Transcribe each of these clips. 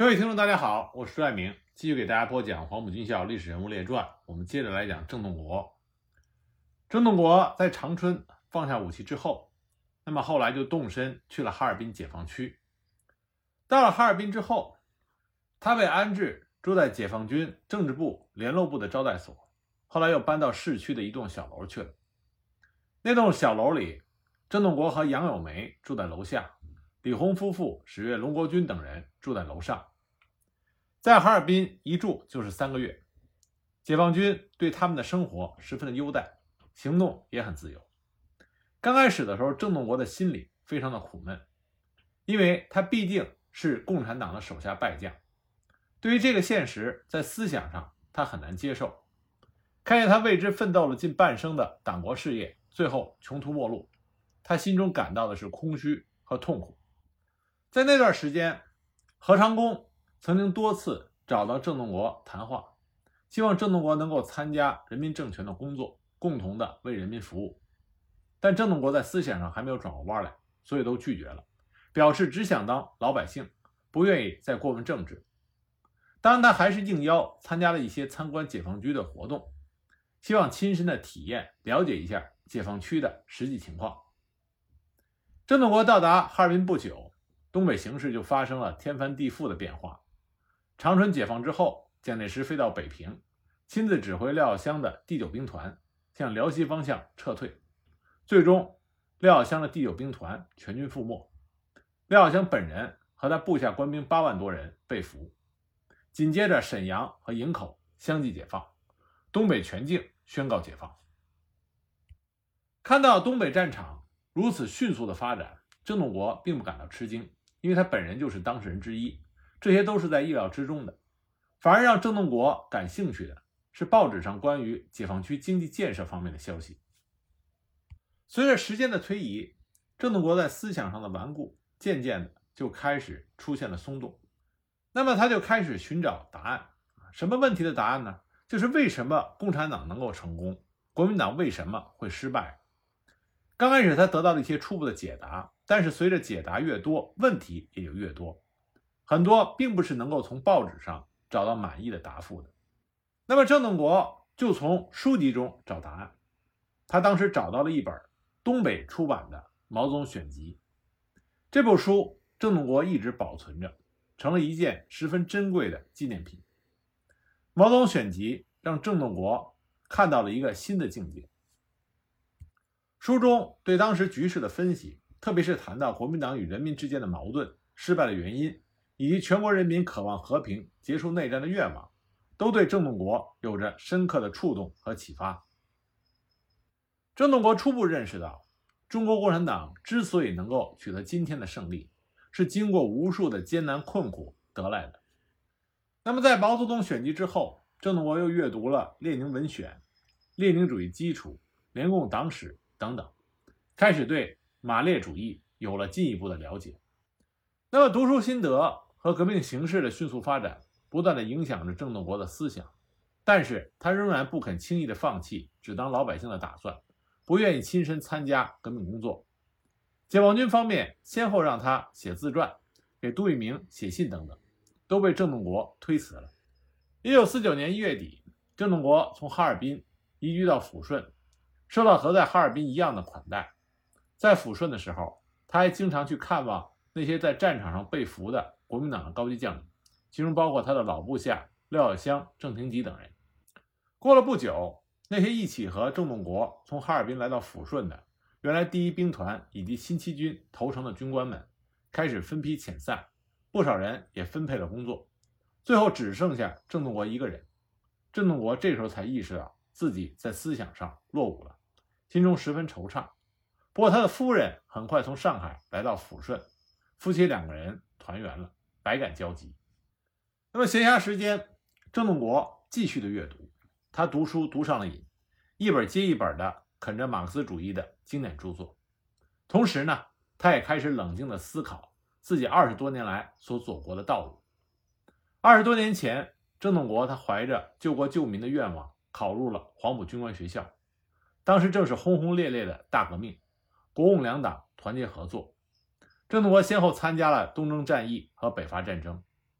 各位听众大家好，我是朱爱明，继续给大家播讲黄埔军校历史人物列传。我们接着来讲郑洞国。郑洞国在长春放下武器之后，那么后来就动身去了哈尔滨解放区。到了哈尔滨之后，他被安置住在解放军政治部联络部的招待所，后来又搬到市区的一栋小楼去了。那栋小楼里，郑洞国和杨友梅住在楼下，李洪夫妇、史岳、龙国军等人住在楼上。在哈尔滨一住就是3个月，解放军对他们的生活十分的优待，行动也很自由。刚开始的时候，郑洞国的心里非常的苦闷，因为他毕竟是共产党的手下败将，对于这个现实，在思想上他很难接受。看见他为之奋斗了近半生的党国事业最后穷途末路，他心中感到的是空虚和痛苦。在那段时间，何长工曾经多次找到郑洞国谈话，希望郑洞国能够参加人民政权的工作，共同的为人民服务。但郑洞国在思想上还没有转过弯来，所以都拒绝了，表示只想当老百姓，不愿意再过问政治。当然他还是应邀参加了一些参观解放区的活动，希望亲身的体验了解一下解放区的实际情况。郑洞国到达哈尔滨不久，东北形势就发生了天翻地覆的变化。长春解放之后，蒋介石飞到北平，亲自指挥廖耀湘的第9兵团向辽西方向撤退，最终廖耀湘的第9兵团全军覆没，廖耀湘本人和他部下官兵8万多人被俘。紧接着沈阳和营口相继解放，东北全境宣告解放。看到东北战场如此迅速的发展，郑洞国并不感到吃惊，因为他本人就是当事人之一，这些都是在意料之中的。反而让郑洞国感兴趣的是报纸上关于解放区经济建设方面的消息。随着时间的推移，郑洞国在思想上的顽固渐渐的就开始出现了松动。那么他就开始寻找答案。什么问题的答案呢？就是为什么共产党能够成功，国民党为什么会失败。刚开始他得到了一些初步的解答，但是随着解答越多，问题也就越多，很多并不是能够从报纸上找到满意的答复的。那么郑洞国就从书籍中找答案。他当时找到了一本东北出版的《毛泽东选集》，这部书郑洞国一直保存着，成了一件十分珍贵的纪念品。《毛泽东选集》让郑洞国看到了一个新的境界。书中对当时局势的分析，特别是谈到国民党与人民之间的矛盾、失败的原因，以及全国人民渴望和平、结束内战的愿望，都对郑洞国有着深刻的触动和启发。郑洞国初步认识到，中国共产党之所以能够取得今天的胜利，是经过无数的艰难困苦得来的。那么在毛泽东选集之后，郑洞国又阅读了列宁文选、列宁主义基础、联共党史等等，开始对马列主义有了进一步的了解。那么读书心得和革命形势的迅速发展，不断地影响着郑洞国的思想，但是他仍然不肯轻易地放弃只当老百姓的打算，不愿意亲身参加革命工作。解放军方面先后让他写自传，给杜聿明写信等等，都被郑洞国推辞了。1949年1月底，郑洞国从哈尔滨移居到抚顺，受到和在哈尔滨一样的款待。在抚顺的时候，他还经常去看望那些在战场上被俘的国民党的高级将领，其中包括他的老部下廖耀湘、郑廷吉等人。过了不久，那些一起和郑洞国从哈尔滨来到抚顺的原来第1兵团以及新七军投诚的军官们开始分批遣散，不少人也分配了工作，最后只剩下郑洞国一个人。郑洞国这时候才意识到自己在思想上落伍了，心中十分惆怅。不过他的夫人很快从上海来到抚顺，夫妻2个人团圆了，百感交集。那么闲暇时间，郑洞国继续的阅读，他读书读上了瘾，一本接一本的啃着马克思主义的经典著作。同时呢，他也开始冷静地思考自己20多年来所走过的道路。20多年前，郑洞国他怀着救国救民的愿望考入了黄埔军官学校，当时正是轰轰烈烈的大革命，国共两党团结合作。郑洞国先后参加了东征战役和北伐战争。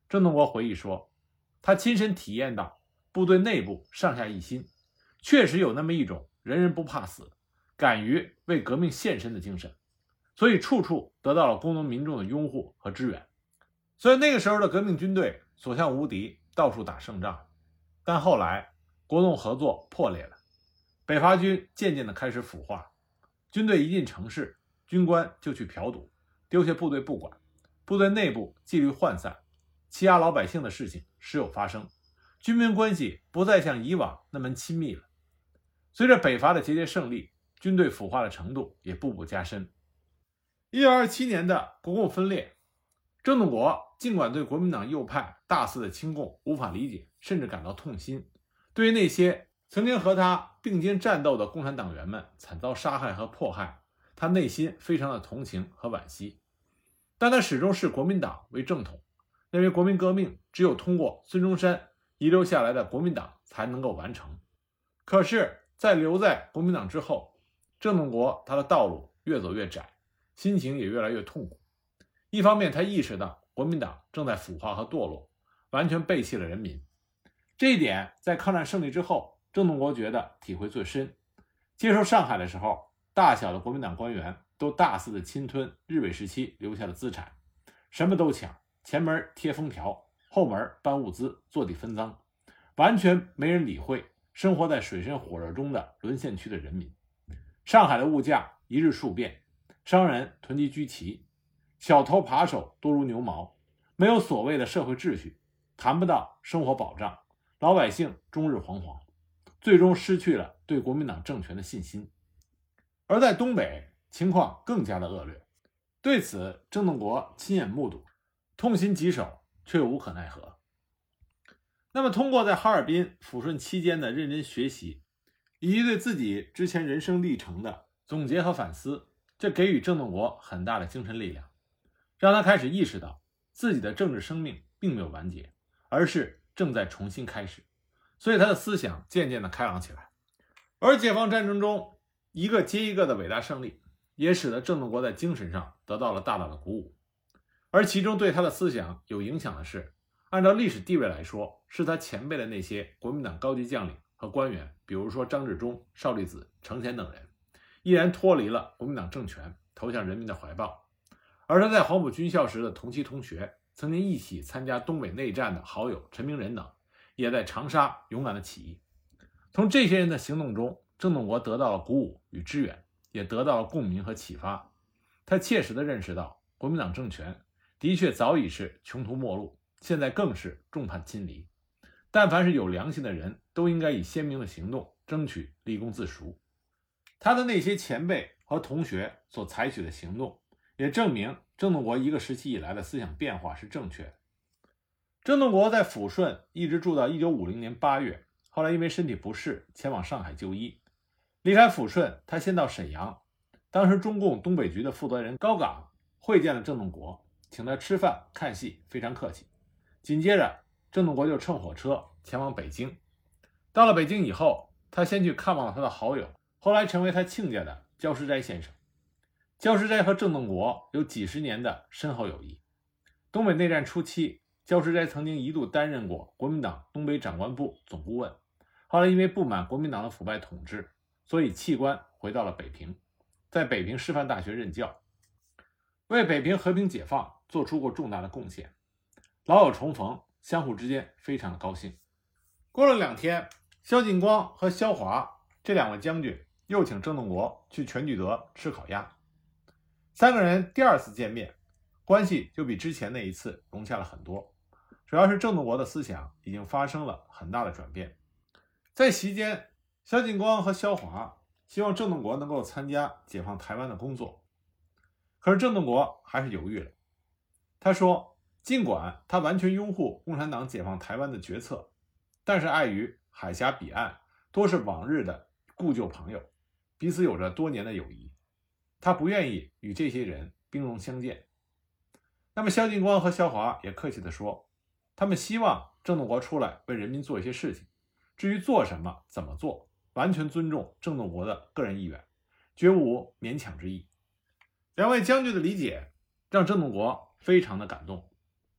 郑洞国回忆说，他亲身体验到部队内部上下一心，确实有那么一种人人不怕死，敢于为革命献身的精神，所以处处得到了工农民众的拥护和支援。所以那个时候的革命军队所向无敌，到处打胜仗。但后来国共合作破裂了，北伐军渐渐地开始腐化，军队一进城市，军官就去嫖赌，丢下部队不管，部队内部纪律涣散，欺压老百姓的事情时有发生，军民关系不再像以往那么亲密了。随着北伐的节节胜利，军队腐化的程度也步步加深。1927年的国共分裂，郑洞国尽管对国民党右派大肆的亲共无法理解，甚至感到痛心，对于那些曾经和他并肩战斗的共产党员们惨遭杀害和迫害，他内心非常的同情和惋惜。但他始终视国民党为正统，认为国民革命只有通过孙中山遗留下来的国民党才能够完成。可是在留在国民党之后，郑洞国他的道路越走越窄，心情也越来越痛苦。一方面他意识到国民党正在腐化和堕落，完全背弃了人民。这一点在抗战胜利之后，郑洞国觉得体会最深。接收上海的时候，大小的国民党官员都大肆的侵吞日伪时期留下的资产，什么都抢，前门贴封条，后门搬物资，坐地分赃，完全没人理会生活在水深火热中的沦陷区的人民。上海的物价一日数变，商人囤积居奇，小偷扒手多如牛毛，没有所谓的社会秩序，谈不到生活保障，老百姓终日惶惶，最终失去了对国民党政权的信心。而在东北情况更加的恶劣，对此郑洞国亲眼目睹，痛心疾首，却又无可奈何。那么通过在哈尔滨抚顺期间的认真学习，以及对自己之前人生历程的总结和反思，这给予郑洞国很大的精神力量，让他开始意识到自己的政治生命并没有完结，而是正在重新开始。所以他的思想渐渐的开朗起来。而解放战争中一个接一个的伟大胜利，也使得郑洞国在精神上得到了大大的鼓舞。而其中对他的思想有影响的是，按照历史地位来说，是他前辈的那些国民党高级将领和官员，比如说张治中、邵力子、程潜等人，毅然脱离了国民党政权，投向人民的怀抱。而他在黄埔军校时的同期同学，曾经一起参加东北内战的好友陈明仁等，也在长沙勇敢的起义。从这些人的行动中，郑洞国得到了鼓舞与支援，也得到了共鸣和启发。他切实地认识到，国民党政权的确早已是穷途末路，现在更是众叛亲离。但凡是有良心的人，都应该以鲜明的行动争取立功自赎。他的那些前辈和同学所采取的行动，也证明郑洞国一个时期以来的思想变化是正确的。郑洞国在抚顺一直住到1950年8月，后来因为身体不适前往上海就医。离开抚顺，他先到沈阳，当时中共东北局的负责人高岗会见了郑洞国，请他吃饭看戏，非常客气。紧接着郑洞国就乘火车前往北京。到了北京以后，他先去看望了他的好友，后来成为他亲家的焦师斋先生。焦师斋和郑洞国有几十年的深厚友谊。东北内战初期，焦师斋曾经一度担任过国民党东北长官部总顾问，后来因为不满国民党的腐败统治，所以弃官回到了北平，在北平师范大学任教，为北平和平解放做出过重大的贡献。老友重逢，相互之间非常的高兴。过了2天，萧劲光和萧华这2位将军又请郑洞国去全聚德吃烤鸭。3个人第2次见面，关系就比之前那一次融洽了很多。主要是郑洞国的思想已经发生了很大的转变。在席间，萧劲光和萧华希望郑洞国能够参加解放台湾的工作，可是郑洞国还是犹豫了。他说，尽管他完全拥护共产党解放台湾的决策，但是碍于海峡彼岸多是往日的故旧朋友，彼此有着多年的友谊，他不愿意与这些人兵戎相见。那么萧劲光和萧华也客气地说，他们希望郑洞国出来为人民做一些事情，至于做什么怎么做，完全尊重郑洞国的个人意愿，绝无勉强之意。2位将军的理解让郑洞国非常的感动。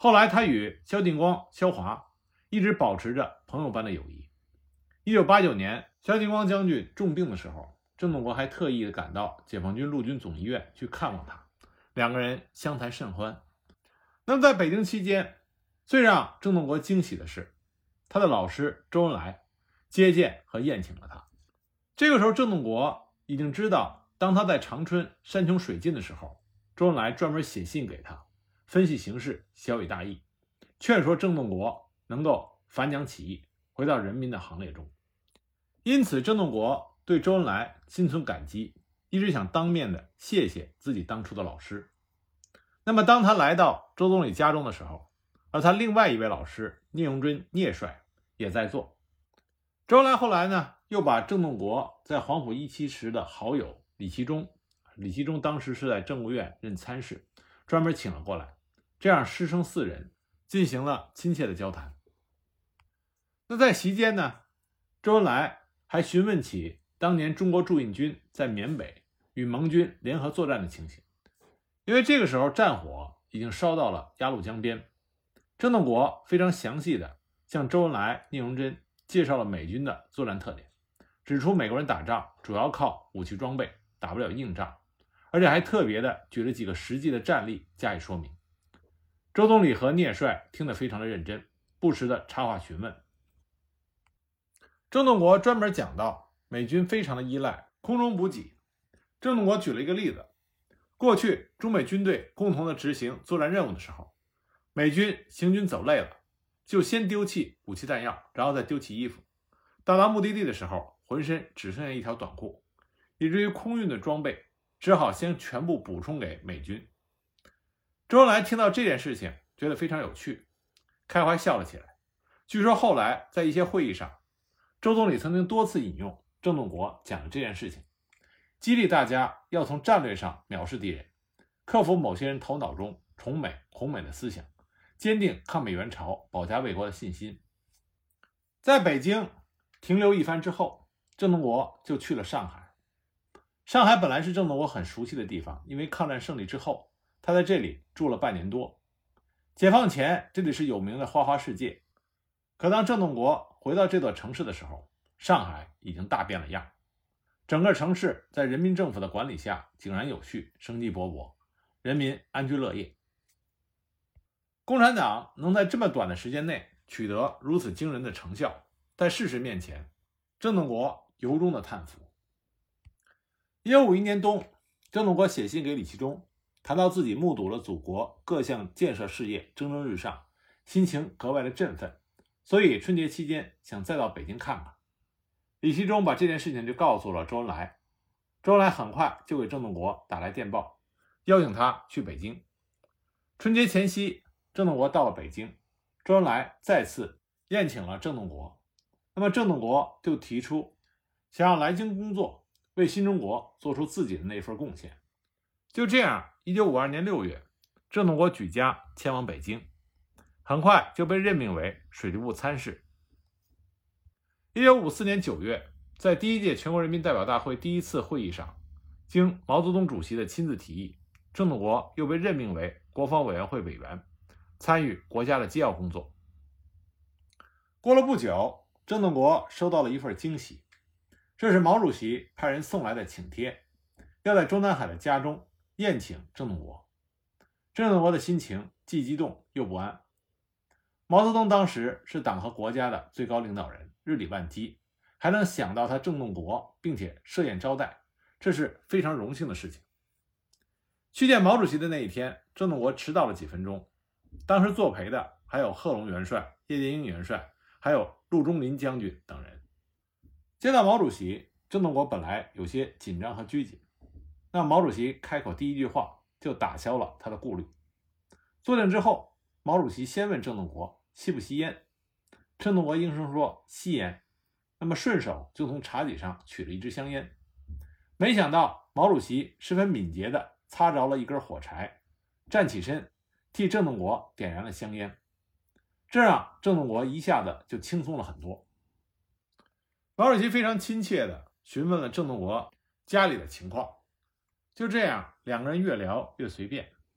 后来他与萧劲光、萧华一直保持着朋友般的友谊。1989年，萧劲光将军重病的时候，郑洞国还特意赶到解放军陆军总医院去看望他，两个人相谈甚欢。那么在北京期间，最让郑洞国惊喜的是，他的老师周恩来接见和宴请了他。这个时候，郑洞国已经知道，当他在长春山穷水尽的时候，周恩来专门写信给他，分析形势，小以大义，劝说郑洞国能够反蒋起义，回到人民的行列中。因此，郑洞国对周恩来心存感激，一直想当面的谢谢自己当初的老师。那么当他来到周总理家中的时候，而他另外一位老师聂荣臻聂帅也在座。周恩来后来呢，又把郑洞国在黄埔17时的好友李其中当时是在政务院任参事，专门请了过来，这样师生4人进行了亲切的交谈。那在席间呢，周恩来还询问起当年中国驻印军在缅北与盟军联合作战的情形。因为这个时候战火已经烧到了鸭绿江边，郑洞国非常详细的向周恩来、聂荣臻介绍了美军的作战特点，指出美国人打仗主要靠武器装备，打不了硬仗，而且还特别的举了几个实际的战例加以说明。周总理和聂帅听得非常的认真，不时的插话询问。郑洞国专门讲到美军非常的依赖空中补给。郑洞国举了一个例子，过去中美军队共同的执行作战任务的时候，美军行军走累了，就先丢弃武器弹药，然后再丢弃衣服，到达目的地的时候，浑身只剩下一条短裤，以至于空运的装备只好先全部补充给美军。周恩来听到这件事情觉得非常有趣，开怀笑了起来。据说后来在一些会议上，周总理曾经多次引用郑洞国讲的这件事情，激励大家要从战略上藐视敌人，克服某些人头脑中崇美弘美的思想，坚定抗美援朝、保家卫国的信心。在北京停留一番之后，郑洞国就去了上海。上海本来是郑洞国很熟悉的地方，因为抗战胜利之后，他在这里住了半年多。解放前，这里是有名的花花世界。可当郑洞国回到这座城市的时候，上海已经大变了样。整个城市在人民政府的管理下井然有序，生机勃勃，人民安居乐业。共产党能在这么短的时间内取得如此惊人的成效，在事实面前，郑洞国由衷的叹服。1951年冬，郑洞国写信给李其中，谈到自己目睹了祖国各项建设事业蒸蒸日上，心情格外的振奋，所以春节期间想再到北京看看。李其中把这件事情就告诉了周恩来，周恩来很快就给郑洞国打来电报，邀请他去北京。春节前夕，郑洞国到了北京，周恩来再次宴请了郑洞国。那么郑洞国就提出想要来京工作，为新中国做出自己的那份贡献。就这样，1952年6月，郑洞国举家迁往北京，很快就被任命为水利部参事。1954年9月，在第一届全国人民代表大会第一次会议上，经毛泽东主席的亲自提议，郑洞国又被任命为国防委员会委员，参与国家的机要工作。过了不久，郑洞国收到了一份惊喜，这是毛主席派人送来的请帖，要在中南海的家中宴请郑洞国。郑洞国的心情既激动又不安。毛泽东当时是党和国家的最高领导人，日理万机，还能想到他郑洞国，并且设宴招待，这是非常荣幸的事情。去见毛主席的那一天，郑洞国迟到了几分钟，当时作陪的还有贺龙元帅、叶剑英元帅，还有陆中麟将军等人。见到毛主席，郑洞国本来有些紧张和拘谨，那毛主席开口第一句话就打消了他的顾虑。坐定之后，毛主席先问郑洞国吸不吸烟，郑洞国应声说吸烟，那么顺手就从茶几上取了一支香烟。没想到毛主席十分敏捷地擦着了一根火柴，站起身替郑洞国点燃了香烟，这让郑洞国一下子就轻松了很多。毛主席非常亲切地询问了郑洞国家里的情况，就这样两个人越聊越随便。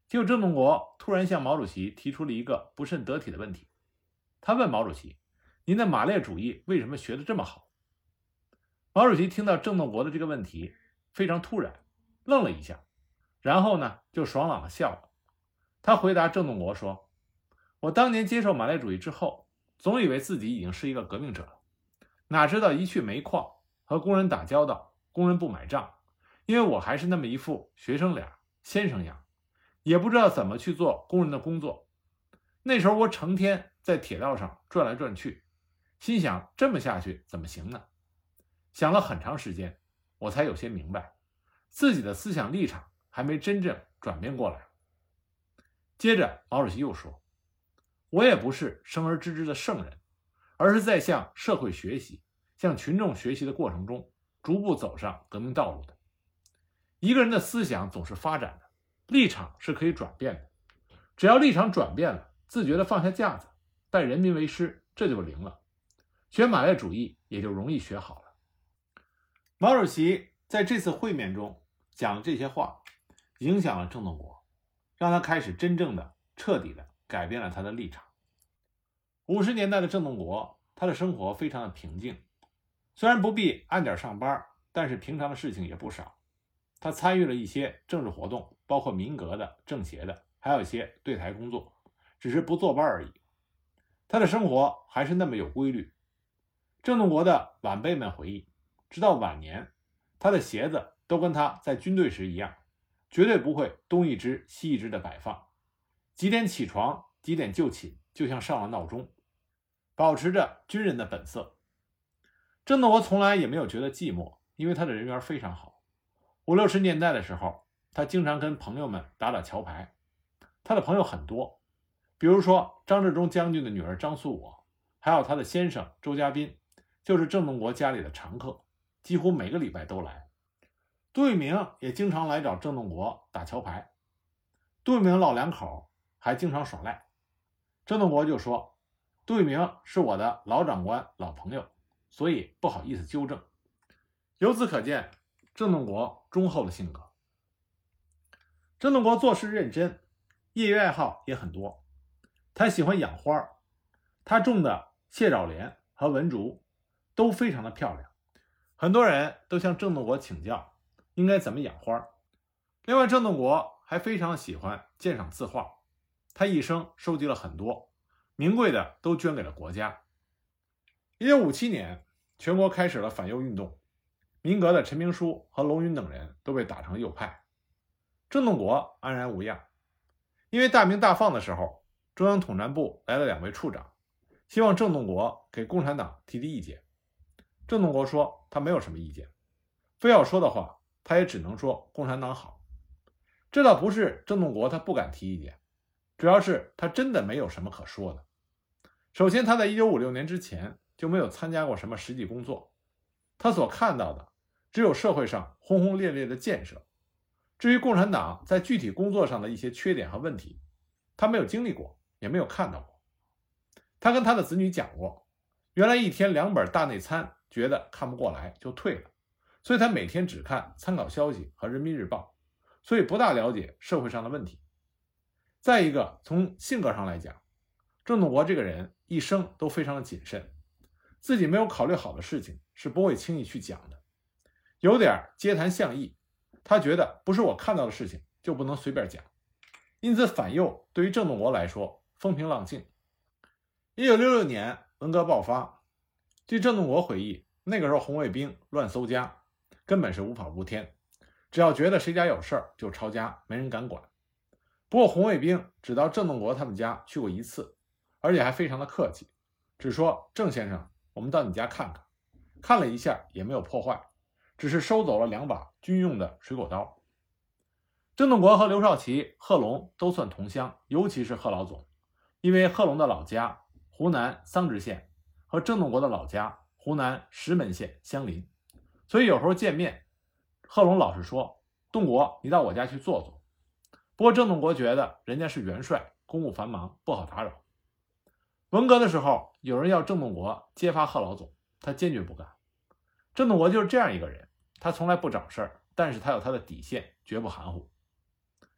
结果郑洞国突然向毛主席提出了一个不甚得体的问题，他问毛主席：“您的马列主义为什么学得这么好？”毛主席听到郑洞国的这个问题非常突然，愣了一下，然后呢就爽朗地笑了。他回答郑洞国说：“我当年接受马列主义之后，总以为自己已经是一个革命者了，哪知道一去煤矿和工人打交道，工人不买账，因为我还是那么一副学生脸先生样，也不知道怎么去做工人的工作。那时候我成天在铁道上转来转去，心想这么下去怎么行呢？想了很长时间，我才有些明白，自己的思想立场还没真正转变过来。”接着毛主席又说：“我也不是生而知之的圣人，而是在向社会学习、向群众学习的过程中，逐步走上革命道路的。一个人的思想总是发展的，立场是可以转变的。只要立场转变了，自觉地放下架子，拜人民为师，这就灵了。学马列主义也就容易学好了。”毛主席在这次会面中讲的这些话，影响了郑洞国，让他开始真正的、彻底的改变了他的立场。50年代的郑洞国，他的生活非常的平静，虽然不必按点上班，但是平常的事情也不少。他参与了一些政治活动，包括民革的、政协的，还有一些对台工作，只是不坐班而已。他的生活还是那么有规律。郑洞国的晚辈们回忆，直到晚年，他的鞋子都跟他在军队时一样，绝对不会东一只西一只的摆放，几点起床，几点就寝，就像上了闹钟，保持着军人的本色。郑洞国从来也没有觉得寂寞，因为他的人缘非常好。50、60年代的时候，他经常跟朋友们打打桥牌。他的朋友很多，比如说张治中将军的女儿张素我，还有他的先生周家斌，就是郑洞国家里的常客，几乎每个礼拜都来。杜聿明也经常来找郑洞国打桥牌。杜聿明老两口还经常耍赖。郑洞国就说：“杜聿明是我的老长官、老朋友，所以不好意思纠正。”由此可见郑洞国忠厚的性格。郑洞国做事认真，业余爱好也很多。他喜欢养花，他种的蟹爪莲和文竹都非常的漂亮，很多人都向郑洞国请教应该怎么养花。另外，郑洞国还非常喜欢鉴赏字画，他一生收集了很多，名贵的都捐给了国家。1957年，全国开始了反右运动，民革的陈明书和龙云等人都被打成了右派。郑洞国安然无恙。因为大鸣大放的时候，中央统战部来了2位处长，希望郑洞国给共产党提意见。郑洞国说他没有什么意见，非要说的话，他也只能说共产党好。这倒不是郑洞国他不敢提意见，主要是他真的没有什么可说的。首先，他在1956年之前就没有参加过什么实际工作，他所看到的只有社会上轰轰烈烈的建设。至于共产党在具体工作上的一些缺点和问题，他没有经历过，也没有看到过。他跟他的子女讲过，原来一天2本大内参觉得看不过来就退了，所以他每天只看参考消息和人民日报，所以不大了解社会上的问题。再一个，从性格上来讲，郑洞国这个人一生都非常的谨慎，自己没有考虑好的事情是不会轻易去讲的，有点街谈巷议。他觉得不是我看到的事情就不能随便讲，因此反右对于郑洞国来说风平浪静。1966年文革爆发，据郑洞国回忆，那个时候红卫兵乱搜家，根本是无法无天，只要觉得谁家有事儿就抄家，没人敢管。不过红卫兵只到郑洞国他们家去过1次，而且还非常的客气，只说郑先生，我们到你家看看，看了一下也没有破坏，只是收走了2把军用的水果刀。郑洞国和刘少奇、贺龙都算同乡，尤其是贺老总，因为贺龙的老家湖南桑植县和郑洞国的老家湖南石门县相邻，所以有时候见面，贺龙老是说：“洞国，你到我家去坐坐。”不过郑洞国觉得人家是元帅，公务繁忙，不好打扰。文革的时候，有人要郑洞国揭发贺老总，他坚决不干。郑洞国就是这样一个人，他从来不找事儿，但是他有他的底线，绝不含糊。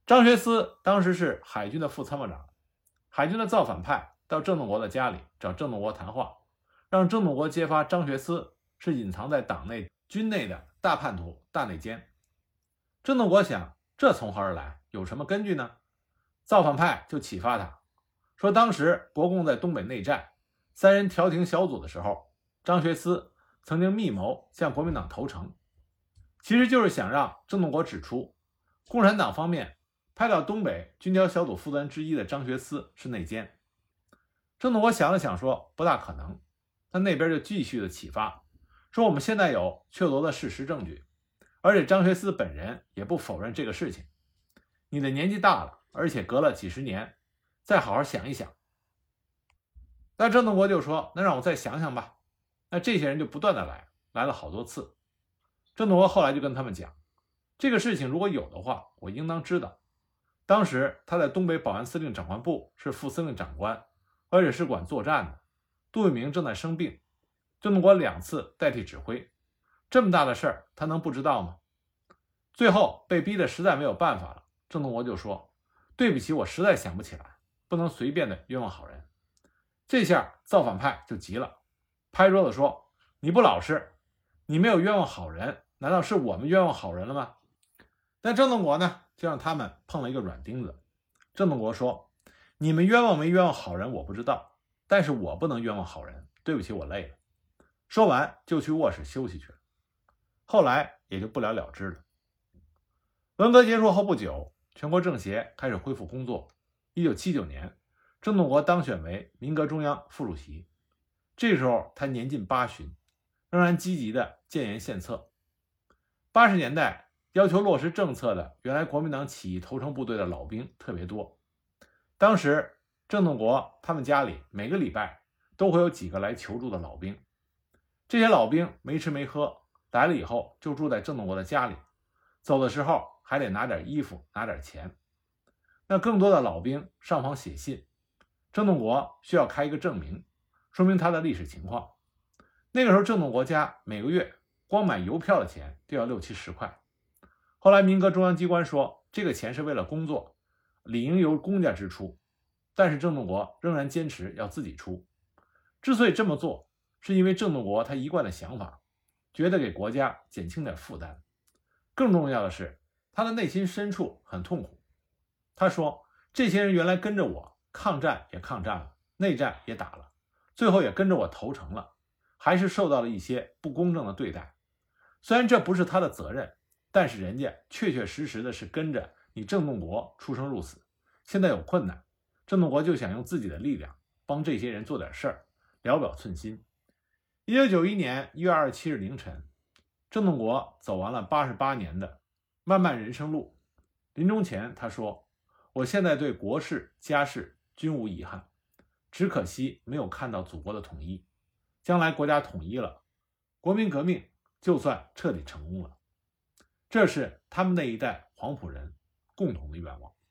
张学思当时是海军的副参谋长，海军的造反派到郑洞国的家里找郑洞国谈话，让郑洞国揭发张学思是隐藏在党内军内的大叛徒、大内奸。郑洞国想，这从何而来？有什么根据呢？造反派就启发他，说当时国共在东北内战，三人调停小组的时候，张学思曾经密谋向国民党投诚，其实就是想让郑洞国指出，共产党方面派到东北军调小组负责人之一的张学思是内奸。郑洞国想了想说，不大可能。他那边就继续的启发，说我们现在有确凿的事实证据，而且张学思本人也不否认这个事情。你的年纪大了，而且隔了几十年，再好好想一想。那郑洞国就说，那让我再想想吧。那这些人就不断的来了好多次。郑洞国后来就跟他们讲，这个事情如果有的话，我应当知道。当时他在东北保安司令长官部是副司令长官，而且是管作战的。杜聿明正在生病，郑洞国2次代替指挥，这么大的事儿他能不知道吗？最后被逼得实在没有办法了，郑洞国就说，对不起，我实在想不起来，不能随便的冤枉好人。这下造反派就急了，拍桌子说，你不老实，你没有冤枉好人，难道是我们冤枉好人了吗？但郑洞国呢，就让他们碰了一个软钉子。郑洞国说，你们冤枉没冤枉好人我不知道，但是我不能冤枉好人，对不起，我累了。说完就去卧室休息去了。后来也就不了了之了。文革结束后不久，全国政协开始恢复工作。1979年，郑洞国当选为民革中央副主席。这时候他年近80，仍然积极的建言献策。80年代要求落实政策的原来国民党起义投诚部队的老兵特别多。当时郑洞国他们家里每个礼拜都会有几个来求助的老兵，这些老兵没吃没喝，来了以后就住在郑洞国的家里，走的时候还得拿点衣服，拿点钱。那更多的老兵上访写信，郑洞国需要开一个证明，说明他的历史情况。那个时候郑洞国家每个月光买邮票的钱就要60-70块。后来民革中央机关说，这个钱是为了工作，理应由公家支出，但是郑洞国仍然坚持要自己出。之所以这么做，是因为郑洞国他一贯的想法，觉得给国家减轻点负担。更重要的是，他的内心深处很痛苦。他说，这些人原来跟着我抗战也抗战了，内战也打了，最后也跟着我投诚了，还是受到了一些不公正的对待。虽然这不是他的责任，但是人家确确实实的是跟着你郑洞国出生入死，现在有困难，郑洞国就想用自己的力量帮这些人做点事儿，聊表寸心。1991年1月27日凌晨，郑洞国走完了88年的漫漫人生路。临终前他说，我现在对国事家事均无遗憾，只可惜没有看到祖国的统一。将来国家统一了，国民革命就算彻底成功了。这是他们那一代黄埔人共同的愿望。